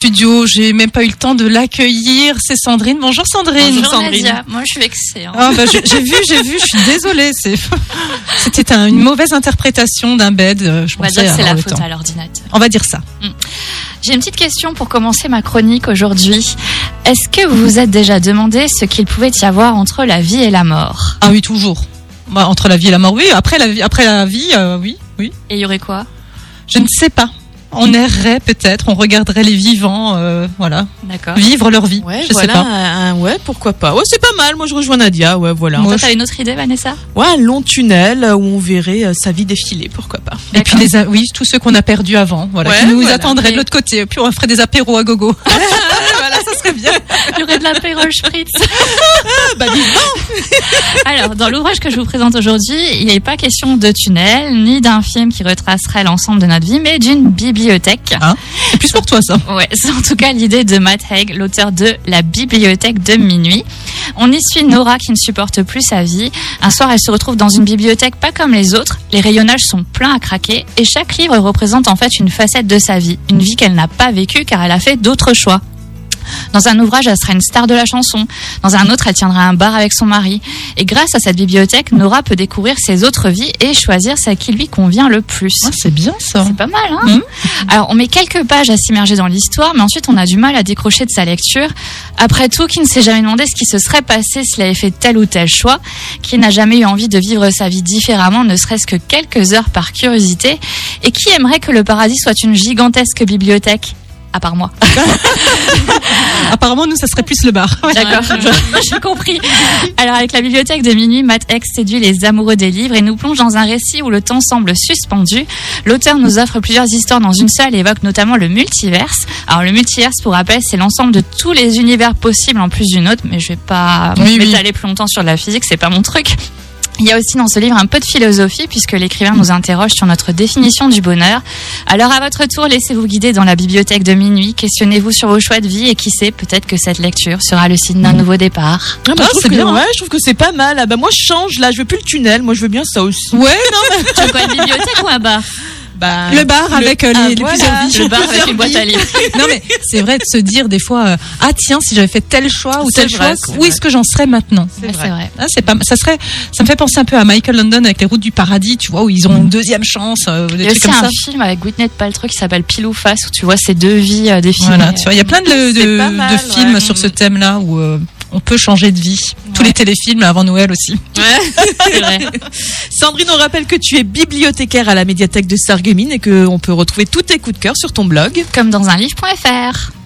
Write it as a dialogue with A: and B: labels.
A: studio, j'ai même pas eu le temps de l'accueillir. C'est Sandrine. Bonjour Sandrine.
B: Bonjour Sandrine. Nadia. Moi je suis vexée.
A: J'ai vu, je suis désolée. C'était une mauvaise interprétation d'un bed.
B: On va dire que c'est la faute à l'ordinateur.
A: On va dire ça.
B: J'ai une petite question pour commencer ma chronique aujourd'hui. Est-ce que vous vous êtes déjà demandé ce qu'il pouvait y avoir entre la vie et la mort ?
A: Ah oui, toujours. Entre la vie et la mort, oui. Après la vie, oui.
B: Et il y aurait quoi ?
A: Je ne sais pas. On errerait peut-être, on regarderait les vivants, voilà.
B: D'accord.
A: Vivre leur vie.
C: Ouais,
A: je sais pas.
C: Ouais, pourquoi pas. Ouais, c'est pas mal. Moi, je rejoins Nadia. Ouais, voilà.
B: Toi, t'as une autre idée, Vanessa ?
C: Ouais, un long tunnel où on verrait sa vie défiler. Pourquoi pas.
A: Et puis tous ceux qu'on a perdus avant, voilà, qui nous attendraient de l'autre côté. Puis on ferait des apéros à gogo. Voilà, ça serait bien.
B: Il y aurait de l'apéro spritz.
C: Vivement.
B: Alors, dans l'ouvrage que je vous présente aujourd'hui, il n'est pas question de tunnel, ni d'un film qui retracerait l'ensemble de notre vie, mais d'une bibliothèque.
A: C'est plus pour toi, ça.
B: Ouais, c'est en tout cas l'idée de Matt Haig, l'auteur de La bibliothèque de minuit. On y suit Nora qui ne supporte plus sa vie. Un soir, elle se retrouve dans une bibliothèque pas comme les autres. Les rayonnages sont pleins à craquer et chaque livre représente en fait une facette de sa vie. Une vie qu'elle n'a pas vécue car elle a fait d'autres choix. Dans un ouvrage, elle sera une star de la chanson. Dans un autre, elle tiendra un bar avec son mari. Et grâce à cette bibliothèque, Nora peut découvrir ses autres vies et choisir celle qui lui convient le plus.
A: Ah, c'est bien ça.
B: C'est pas mal, hein ? Alors, on met quelques pages à s'immerger dans l'histoire, mais ensuite, on a du mal à décrocher de sa lecture. Après tout, qui ne s'est jamais demandé ce qui se serait passé s'il avait fait tel ou tel choix ? Qui n'a jamais eu envie de vivre sa vie différemment, ne serait-ce que quelques heures par curiosité ? Et qui aimerait que le paradis soit une gigantesque bibliothèque ? À part moi.
A: Apparemment, nous, ça serait plus le bar.
B: Ouais. D'accord, j'ai compris. Alors, avec la bibliothèque de minuit, Matt Haig séduit les amoureux des livres et nous plonge dans un récit où le temps semble suspendu. L'auteur nous offre plusieurs histoires dans une seule et évoque notamment le multiverse. Alors, le multiverse, pour rappel, c'est l'ensemble de tous les univers possibles en plus d'une autre, mais je vais pas m'étaler plus longtemps sur la physique, c'est pas mon truc. Il y a aussi dans ce livre un peu de philosophie puisque l'écrivain nous interroge sur notre définition du bonheur. Alors à votre tour, laissez-vous guider dans la bibliothèque de minuit, questionnez-vous sur vos choix de vie et qui sait, peut-être que cette lecture sera le signe d'un nouveau départ.
C: C'est bien. Ouais, je trouve que c'est pas mal. Moi je change là, je veux plus le tunnel, moi je veux bien ça aussi.
A: Ouais, non mais...
B: Tu veux quoi, une bibliothèque ou un bar ?
A: Le bar avec les plusieurs vies.
B: Le bar avec une boîte à livres.
A: Non mais c'est vrai de se dire des fois tiens, si j'avais fait tel choix ou tel choix, où est-ce que j'en serais maintenant ?
B: C'est vrai.
A: C'est pas, ça me fait penser un peu à Michael London avec Les Routes du Paradis, tu vois, où ils ont une deuxième chance, des trucs comme ça.
B: Il y a aussi un film avec Gwyneth Paltrow qui s'appelle Pile ou Face où tu vois ces deux vies définies.
A: Voilà, tu vois, il y a plein de films sur ce thème-là où on peut changer de vie. Ouais. Tous les téléfilms avant Noël aussi.
C: Ouais, c'est vrai. Sandrine, on rappelle que tu es bibliothécaire à la médiathèque de Sarreguemines et qu'on peut retrouver tous tes coups de cœur sur ton blog.
B: Comme dans un livre.fr.